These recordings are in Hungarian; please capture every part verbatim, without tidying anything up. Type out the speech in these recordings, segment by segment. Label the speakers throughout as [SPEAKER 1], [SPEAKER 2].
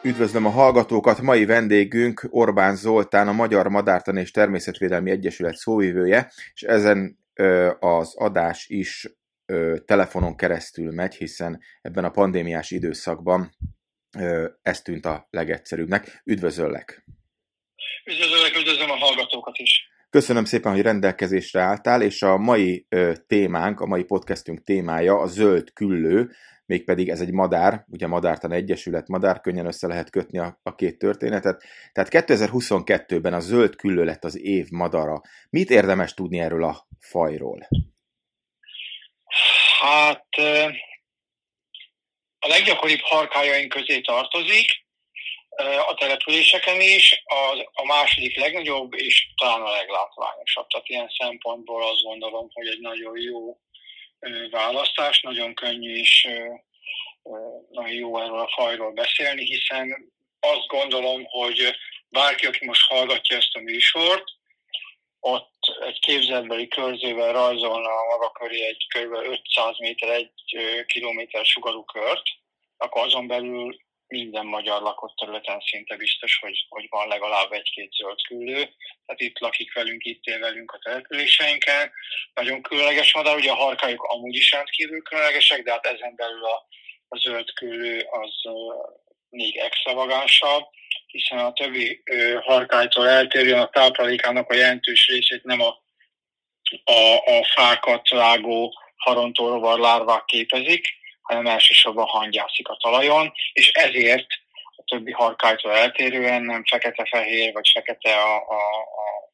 [SPEAKER 1] Üdvözlöm a hallgatókat! Mai vendégünk Orbán Zoltán, a Magyar Madártani és Természetvédelmi Egyesület szóvivője, és ezen ö, az adás is ö, telefonon keresztül megy, hiszen ebben a pandémiás időszakban ö, ez tűnt a legegyszerűbbnek. Üdvözöllek!
[SPEAKER 2] Üdvözöllek, üdvözlöm a hallgatókat is!
[SPEAKER 1] Köszönöm szépen, hogy rendelkezésre álltál, és a mai ö, témánk, a mai podcastünk témája a zöld küllő, mégpedig ez egy madár, ugye Madártani Egyesület, madár, könnyen össze lehet kötni a, a két történetet. Tehát kétezer-huszonkettőben a zöld küllő lett az év madara. Mit érdemes tudni erről a fajról?
[SPEAKER 2] Hát a leggyakoribb harkályaink közé tartozik, a településeken is, az, a második legnagyobb és talán a leglátványosabb. Tehát ilyen szempontból azt gondolom, hogy egy nagyon jó választás, nagyon könnyű és nagyon jó erről a fajról beszélni, hiszen azt gondolom, hogy bárki, aki most hallgatja ezt a műsort, ott egy képzeletbeli körzővel rajzolna a maga köré egy kb. ötszáz méter, egy kilométer sugarú kört, akkor azon belül minden magyar lakott területen szinte biztos, hogy, hogy van legalább egy-két zöld küllő. Tehát itt lakik velünk, itt él velünk a településeinken. Nagyon különleges madár, ugye a harkályok amúgy is rendkívül különlegesek, de hát ezen belül a, a zöld küllő az uh, még extravagánsabb, hiszen a többi uh, harkálytól eltérően a táplálékának a jelentős részét nem a, a, a fákat rágó harontorovar lárvák képezik, hanem elsősorban hangyászik a talajon, és ezért a többi harkálytól eltérően nem fekete-fehér, vagy fekete a, a, a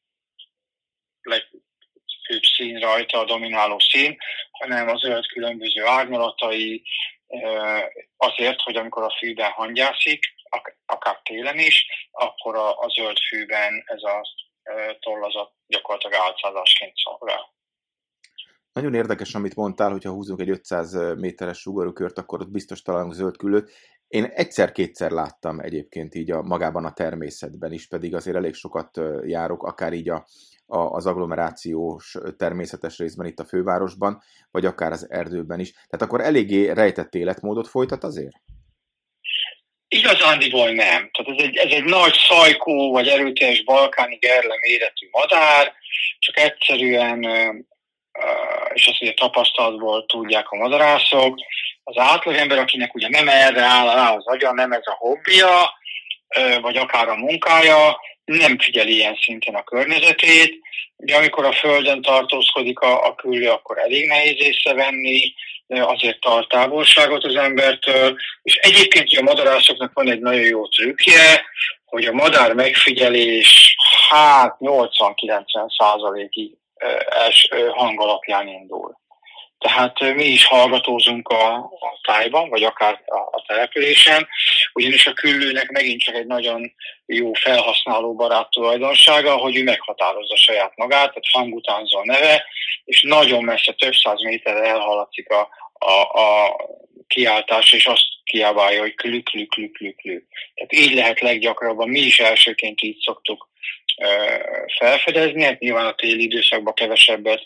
[SPEAKER 2] legfőbb szín rajta, a domináló szín, hanem a zöld különböző árnyalatai, azért, hogy amikor a fűben hangyászik, akár télen is, akkor a, a zöld fűben ez a tollazat gyakorlatilag álcázásként szolgál.
[SPEAKER 1] Nagyon érdekes, amit mondtál, hogyha húzunk egy ötszáz méteres sugarú kört, akkor ott biztos találunk zöld küllőt. Én egyszer-kétszer láttam egyébként így a, magában a természetben is, pedig azért elég sokat járok, akár így a, a, az agglomerációs természetes részben itt a fővárosban, vagy akár az erdőben is. Tehát akkor eléggé rejtett életmódot folytat azért?
[SPEAKER 2] Igazándiból nem. Tehát ez egy, ez egy nagy szajkó, vagy erőteljes balkáni gerle méretű madár, csak egyszerűen... és azt ugye tapasztalatból tudják a madarászok, az átlagember, akinek ugye nem erre áll rá az agya, nem ez a hobbija, vagy akár a munkája, nem figyeli ilyen szinten a környezetét. Ugye amikor a földön tartózkodik a, a küllő, akkor elég nehéz észrevenni, azért tart távolságot az embertől, és egyébként ugye a madarászoknak van egy nagyon jó trükkje, hogy a madár megfigyelés hát nyolcvan-kilencven százalékig hang alapján indul. Tehát mi is hallgatózunk a, a tájban, vagy akár a, a településen, ugyanis a küllőnek megint csak egy nagyon jó felhasználó barát tulajdonsága, hogy ő meghatározza saját magát, tehát hangutánzó neve, és nagyon messze, több száz méterre elhaladszik a, a, a kiáltás, és azt kiabálja, hogy klü, klü, klü, klü, klü. Tehát így lehet leggyakrabban, mi is elsőként így szoktuk felfedezni, hát nyilván a téli időszakban kevesebbet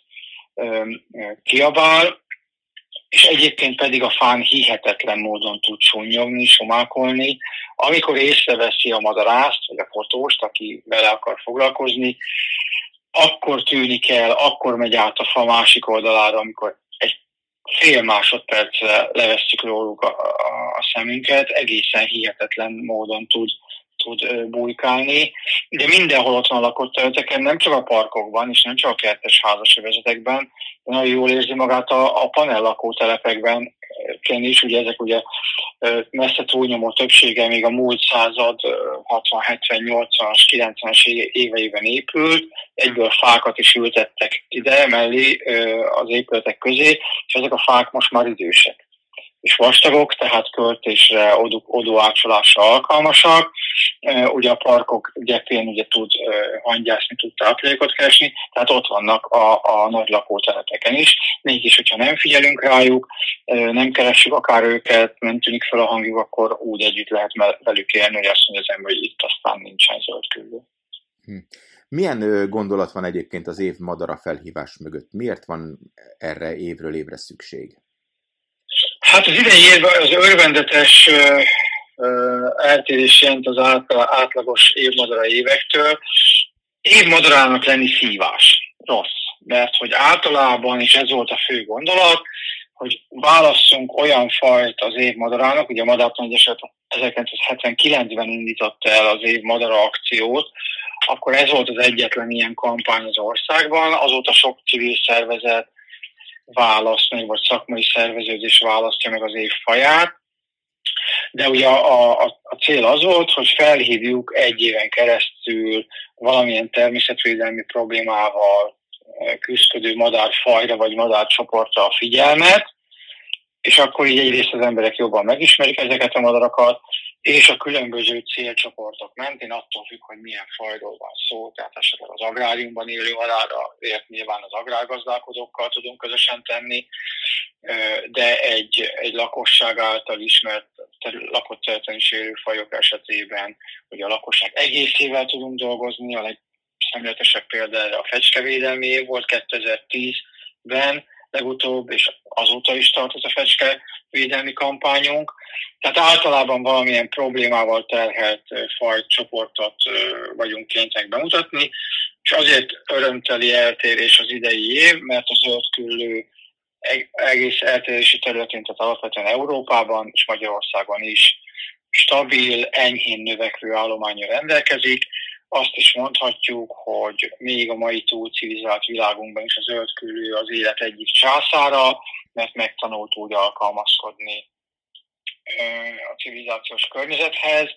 [SPEAKER 2] kiabál, és egyébként pedig a fán hihetetlen módon tud sunnyogni, sumákolni. Amikor észreveszi a madarászt, vagy a fotóst, aki vele akar foglalkozni, akkor tűnik el, akkor megy át a fa másik oldalára, amikor egy fél másodpercre levesszük róluk a, a, a szemünket, egészen hihetetlen módon tud tud bujkálni, de mindenhol ott van a lakott területeken, nem csak a parkokban, és nem csak a kertes házasövezetekben, de nagyon jól érzi magát a, a panel lakótelepekben is, ugye ezek ugye messze túlnyomó többsége még a múlt század hatvan, hetven, nyolcvanas, kilencvenes éveiben épült, egyből fákat is ültettek ide mellé az épületek közé, és ezek a fák most már idősek és vastagok, tehát költésre, odóácsolásra alkalmasak. Ugye a parkok gyepén ugye tud hangyászni, tud táplálékot keresni, tehát ott vannak a, a nagy lakótelepeken is. Mégis, hogyha nem figyelünk rájuk, nem keressük akár őket, nem tűnik fel a hangjuk, akkor úgy együtt lehet velük élni, hogy azt mondja az ember, hogy itt aztán nincsen zöld küllő.
[SPEAKER 1] Hm. Milyen gondolat van egyébként az év madara felhívás mögött? Miért van erre évről évre szükség?
[SPEAKER 2] Hát az idei évben az örvendetes eltérés jelent az átlagos évmadara évektől. Évmadarának lenni szívás. Rossz. Mert hogy általában, és ez volt a fő gondolat, hogy válasszunk olyan fajt az évmadarának, ugye a Madártani Egyesület ezerkilencszázhetvenkilencben indította el az évmadara akciót, akkor ez volt az egyetlen ilyen kampány az országban, azóta sok civil szervezet választ meg, vagy szakmai szerveződés választja meg az évfaját, de ugye a, a, a cél az volt, hogy felhívjuk egy éven keresztül valamilyen természetvédelmi problémával küzdködő madárfajra vagy madárcsoportra a figyelmet, és akkor így egyrészt az emberek jobban megismerik ezeket a madarakat, és a különböző célcsoportok mentén attól függ, hogy milyen fajról van szó, tehát esetleg az agráriumban élő madárra, ért nyilván az agrárgazdálkodókkal tudunk közösen tenni, de egy, egy lakosság által ismert lakott területen is élő fajok esetében, hogy a lakosság egészével tudunk dolgozni, a legszemléletesebb példa erre a fecskevédelmi év volt kétezer-tízben legutóbb, és azóta is tart ez a fecskevédelmi kampányunk. Tehát általában valamilyen problémával terhelt fajcsoportot vagyunk kénytelenek bemutatni, és azért örömteli eltérés az idei év, mert a zöldküllő egész eltérési területén, tehát alapvetően Európában és Magyarországon is stabil, enyhén növekvő állománnyal rendelkezik. Azt is mondhatjuk, hogy még a mai túl civilizált világunkban is a zöldküllő az élet egyik császára, mert megtanult úgy alkalmazkodni a civilizációs környezethez,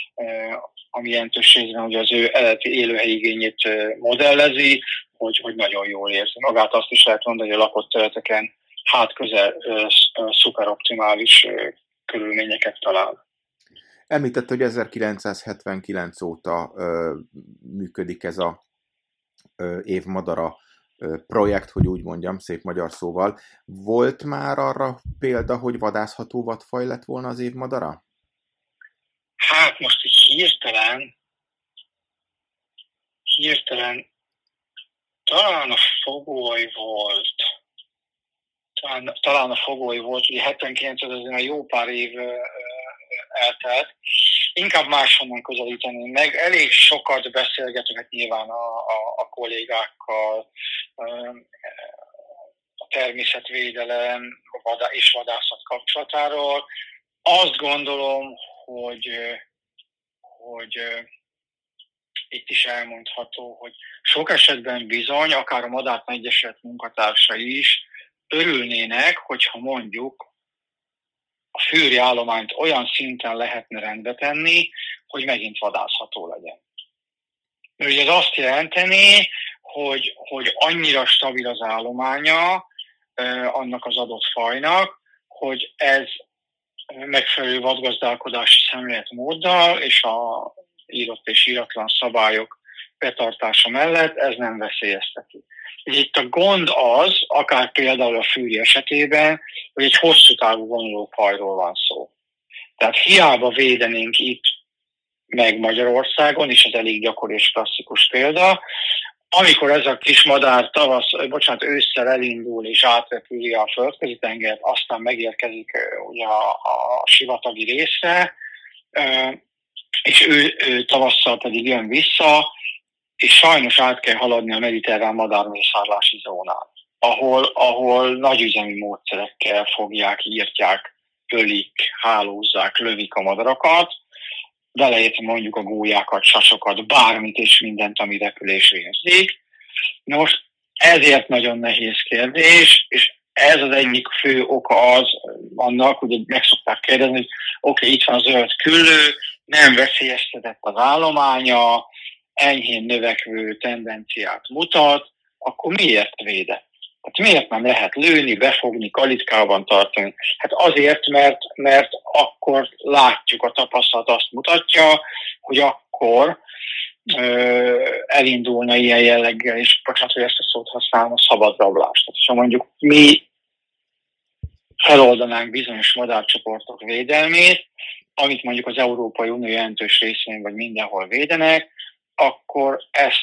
[SPEAKER 2] ami jelentős részben ugye az ő eredeti élőhelyi igényét modellezi, hogy, hogy nagyon jól érzi magát. Azt is lehet mondani, hogy a lakott területeken hát közel szuperoptimális körülményeket talál.
[SPEAKER 1] Említett, hogy ezerkilencszázhetvenkilenc óta ö, működik ez a ö, évmadara ö, projekt, hogy úgy mondjam, szép magyar szóval. Volt már arra példa, hogy vadászható vadfaj lett volna az évmadara?
[SPEAKER 2] Hát most így hirtelen, hirtelen talán a fogoly volt. Talán, talán a fogoly volt, ugye hetvenkilenc azért a jó pár év eltelt. Inkább máshonnan közelíteném meg. Elég sokat beszélgetünk, hát nyilván a, a, a kollégákkal, a természetvédelem és vadászat kapcsolatáról. Azt gondolom, hogy, hogy itt is elmondható, hogy sok esetben bizony, akár a Madártani Egyesület munkatársai is örülnének, hogyha mondjuk a fűri állományt olyan szinten lehetne rendbe tenni, hogy megint vadászható legyen. Mert ugye ez azt jelenteni, hogy, hogy annyira stabil az állománya eh, annak az adott fajnak, hogy ez megfelelő vadgazdálkodási szemléletmóddal és a írott és íratlan szabályok betartása mellett ez nem veszélyezteti. Itt a gond az, akár például a fűri esetében, hogy egy hosszú távú vonulófajról van szó. Tehát hiába védenénk itt meg Magyarországon, és ez elég gyakori és klasszikus példa, amikor ez a kis madár tavasz, bocsánat, ősszel elindul és átrepüli a földközi tengert, aztán megérkezik ugye a, a sivatagi részre, és ő, ő tavasszal pedig jön vissza, és sajnos át kell haladni a mediterrán madármészárlási zónán, ahol, ahol nagyüzemi módszerekkel fogják, írtják, ölik, hálózzák, lövik a madarakat, beleértve mondjuk a gólyákat, sasokat, bármit és mindent, ami repülés érzik. Na most ezért nagyon nehéz kérdés, és ez az egyik fő oka az annak, hogy meg szokták kérdezni, hogy oké, okay, itt van a zöld küllő, nem veszélyeztetett az állománya, enyhén növekvő tendenciát mutat, akkor miért védett? Hát miért nem lehet lőni, befogni, kalitkában tartani? Hát azért, mert, mert akkor látjuk, a tapasztalat azt mutatja, hogy akkor ö, elindulna ilyen jelleggel, és bocsánat, hogy ezt a szót használom, a szabad rablás. Tehát, ha mondjuk mi feloldanánk bizonyos madárcsoportok védelmét, amit mondjuk az Európai Unió jelentős részén vagy mindenhol védenek, akkor ezt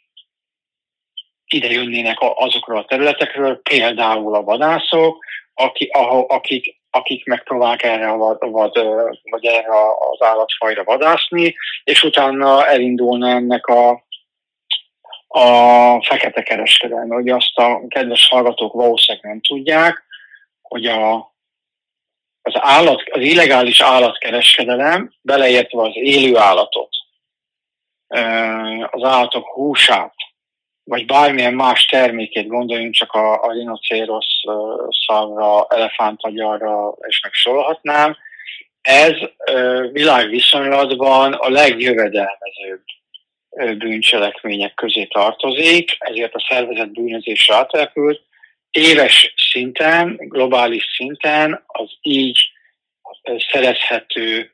[SPEAKER 2] ide jönnének azokról a területekről, például a vadászok, akik, akik akik megpróbálnak erre a vad, vad, vagy erre az állatfajra vadászni, és utána elindulna ennek a, a fekete kereskedelme. Ugye azt a kedves hallgatók valószínűleg nem tudják, hogy a, az, állat, az illegális állatkereskedelem, beleértve az élő állatot, az állatok húsát, vagy bármilyen más termékét, gondoljunk csak a, a rinocérosz szarra, elefántagyarra, és meg sorolhatnám, ez világviszonylatban a legjövedelmezőbb bűncselekmények közé tartozik, ezért a szervezett bűnözésre átelepült. Éves szinten, globális szinten az így szerezhető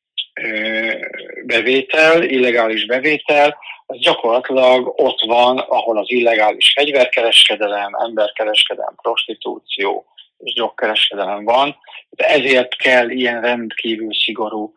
[SPEAKER 2] bevétel, illegális bevétel, az gyakorlatilag ott van, ahol az illegális fegyverkereskedelem, emberkereskedelem, prostitúció és drogkereskedelem van. De ezért kell ilyen rendkívül szigorú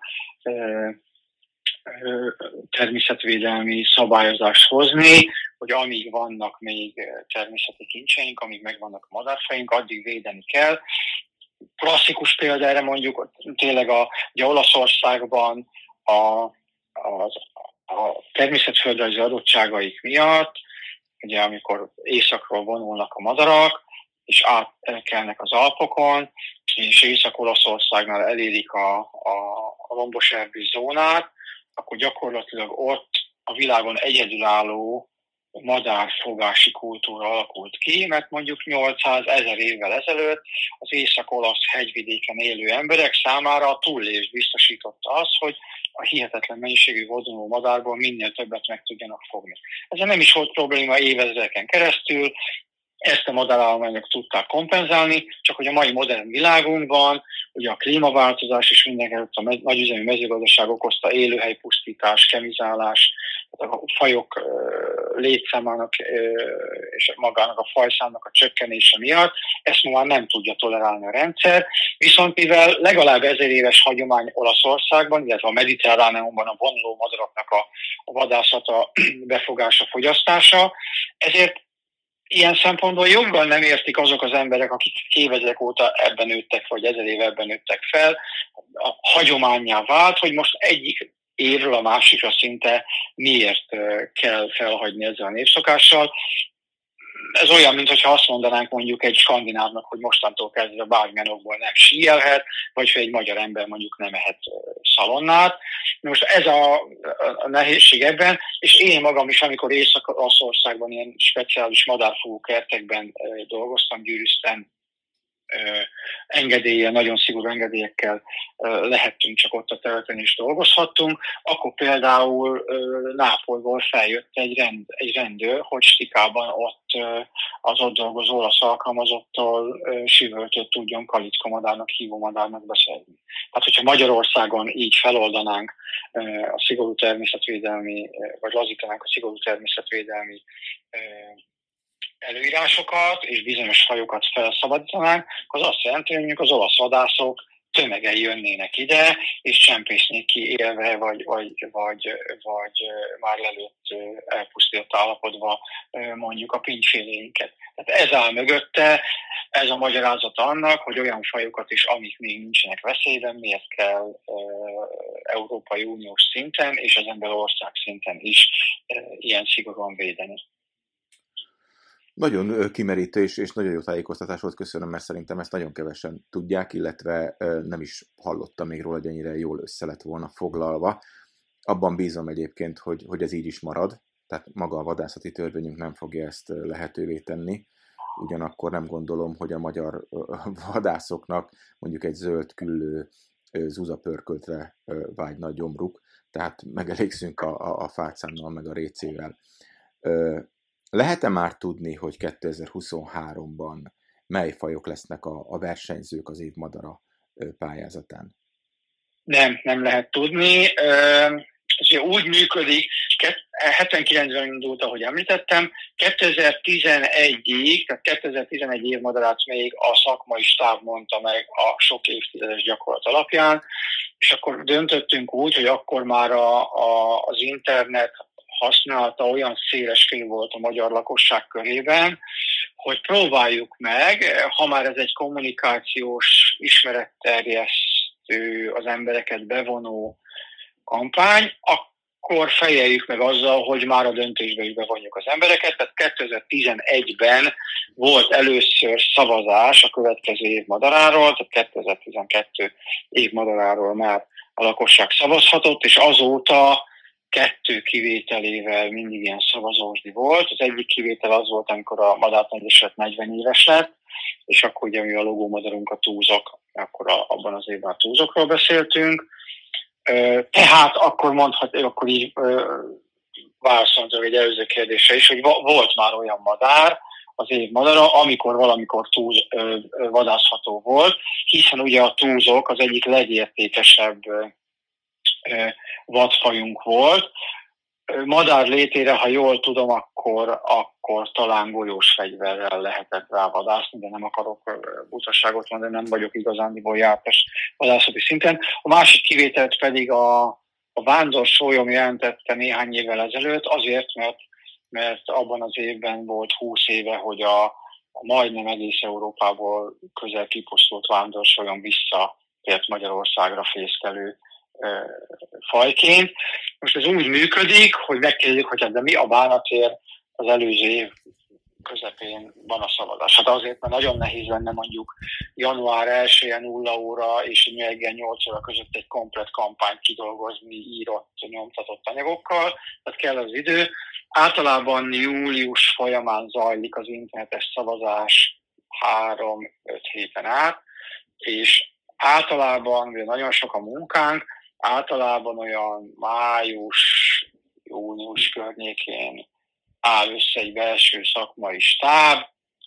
[SPEAKER 2] természetvédelmi szabályozást hozni, hogy amíg vannak még természeti kincseink, amíg megvannak a madárfajink, addig védeni kell. Klasszikus példa erre mondjuk tényleg a, ugye Olaszországban a, a, a természetföldrajzi adottságaik miatt, ugye amikor északról vonulnak a madarak, és átkelnek az Alpokon, és Észak-Olaszországnál elérik a, a, a lombos erdő zónát, akkor gyakorlatilag ott a világon egyedülálló madárfogási kultúra alakult ki, mert mondjuk nyolcszázezer évvel ezelőtt az észak-olasz hegyvidéken élő emberek számára a túlélés biztosította az, hogy a hihetetlen mennyiségű vadonó madárból minél többet meg tudjanak fogni. Ezzel nem is volt probléma évezredeken keresztül, ezt a madárállományok tudták kompenzálni, csak hogy a mai modern világunkban ugye a klímaváltozás és mindenkelőtt a nagyüzemű mezőgazdaság okozta élőhelypusztítás, kemizálás, a fajok létszámának és magának a fajszámnak a csökkenése miatt ezt már nem tudja tolerálni a rendszer, viszont mivel legalább ezer éves hagyomány Olaszországban, illetve a Mediterráneumban a vonuló madaraknak a, a vadászata, befogása, fogyasztása, ezért ilyen szempontból joggal nem értik azok az emberek, akik évezredek óta ebben nőttek, vagy ezer éve ebben nőttek fel, a hagyománnyá vált, hogy most egyik évről a másikra szinte miért kell felhagyni ezzel a népszokással. Ez olyan, mintha azt mondanánk mondjuk egy skandinávnak, hogy mostantól kezdve bármilyen okból nem síelhet, vagy hogy egy magyar ember mondjuk nem ehet szalonnát. Most ez a, a nehézség ebben, és én magam is, amikor Észak-Olaszországban ilyen speciális madárfogó kertekben dolgoztam, gyűrűztem, engedéllyel, nagyon szigorú engedélyekkel lehettünk csak ott a területen is dolgozhattunk, akkor például Nápolyból feljött egy, rend, egy rendőr, hogy stikában ott az ott dolgozó olasz alkalmazottól sivöltöt tudjon kalitkamadárnak, hívómadárnak beszerzni. Tehát, hogyha Magyarországon így feloldanánk a szigorú természetvédelmi, vagy lazítanánk a szigorú természetvédelmi előírásokat, és bizonyos fajokat felszabadítanánk, az azt jelenti, hogy az olasz vadászok tömegen jönnének ide, és csempésznék ki élve, vagy, vagy, vagy, vagy már lelőtt, elpusztított állapotba mondjuk a pintyféléinket. Tehát ez áll mögötte, ez a magyarázata annak, hogy olyan fajokat is, amik még nincsenek veszélyben, miért kell e, Európai Uniós szinten, és az ember ország szinten is e, ilyen szigorúan védeni.
[SPEAKER 1] Nagyon kimerítő és, és nagyon jó tájékoztatás volt, köszönöm, mert szerintem ezt nagyon kevesen tudják, illetve nem is hallottam még róla, hogy ennyire jól össze lett volna foglalva. Abban bízom egyébként, hogy, hogy ez így is marad, tehát maga a vadászati törvényünk nem fogja ezt lehetővé tenni. Ugyanakkor nem gondolom, hogy a magyar vadászoknak mondjuk egy zöld küllő zuzapörköltre vágyna a gyomruk, tehát megelégszünk a, a, a fácánnal, meg a récével. Lehet-e már tudni, hogy kétezer-huszonháromban mely fajok lesznek a, a versenyzők az év madara pályázatán?
[SPEAKER 2] Nem, nem lehet tudni. Ez úgy működik, hetvenkilencben indult, ahogy említettem, kétezer-tizenegyig, tehát kétezer-tizenegy év madarát még a szakmai stáb mondta meg a sok évtizedes gyakorlat alapján, és akkor döntöttünk úgy, hogy akkor már a, a, az internet használata olyan széles fél volt a magyar lakosság körében, hogy próbáljuk meg, ha már ez egy kommunikációs ismeretterjesztő, az embereket bevonó kampány, akkor fejeljük meg azzal, hogy már a döntésbe is bevonjuk az embereket. Tehát kétezer-tizenegyben volt először szavazás a következő év madaráról, tehát kétezer-tizenkettő év madaráról már a lakosság szavazhatott, és azóta kettő kivételével mindig ilyen szavazósdi volt. Az egyik kivétel az volt, amikor a madártanegyesület negyven éves lett, és akkor ugye mi a logómadarunk a túzok, akkor a, abban az évben a túzokról beszéltünk. Tehát akkor mondhatjuk, akkor így válaszoltam egy előző kérdésre is, hogy volt már olyan madár, az év madara, amikor valamikor túz vadászható volt, hiszen ugye a túzok az egyik legértékesebb vadfajunk volt. Madár létére, ha jól tudom, akkor, akkor talán golyós fegyverrel lehetett rá vadászni, de nem akarok butaságot mondani, nem vagyok igazándiból jártas vadászati szinten. A másik kivételt pedig a, a vándor sólyom jelentette néhány évvel ezelőtt, azért, mert, mert abban az évben volt húsz éve, hogy a, a majdnem egész Európából közel kipusztult vándor sólyom visszatért Magyarországra fészkelő fajként. Most ez úgy működik, hogy megkérdezik, hogy hát de mi a bánatért az előző év közepén van a szavazás. Hát azért, mert nagyon nehéz lenne mondjuk január elsején nulla óra és reggel nyolc óra között egy komplett kampányt kidolgozni írott, nyomtatott anyagokkal, tehát kell az idő. Általában július folyamán zajlik az internetes szavazás három-öt héten át, és általában, ugye nagyon sok a munkánk, általában olyan május, június környékén áll össze egy belső szakmai stáb,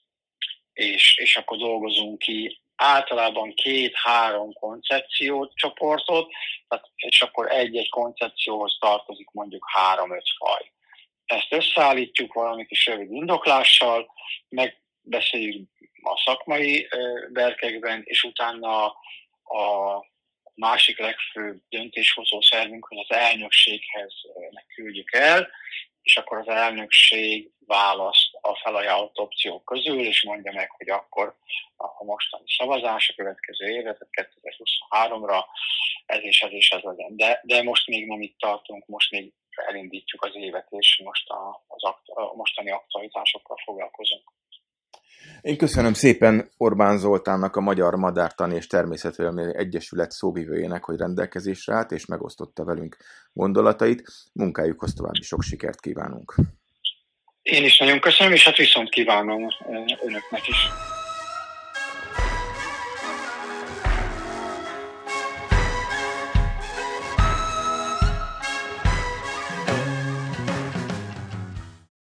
[SPEAKER 2] és, és akkor dolgozunk ki általában két-három koncepciót, csoportot, tehát, és akkor egy-egy koncepcióhoz tartozik mondjuk három-öt faj. Ezt összeállítjuk valami kis rövid indoklással, megbeszéljük a szakmai berkekben, és utána a másik legfőbb döntéshozó szervünk, hogy az elnökséghez megküldjük el, és akkor az elnökség választ a felajánlott opciók közül, és mondja meg, hogy akkor a mostani szavazás a következő évre, tehát kétezer-huszonháromra ez és ez és ez legyen. De, de most még nem itt tartunk, most még elindítjuk az évet, és most a, az akt, a mostani aktualitásokkal foglalkozunk.
[SPEAKER 1] Én köszönöm szépen Orbán Zoltánnak, a Magyar Madártani és Természetvédelmi Egyesület szóvivőjének, hogy rendelkezésre állt és megosztotta velünk gondolatait. Munkájukhoz további sok sikert kívánunk.
[SPEAKER 2] Én is nagyon köszönöm, és hát viszont kívánom önöknek is.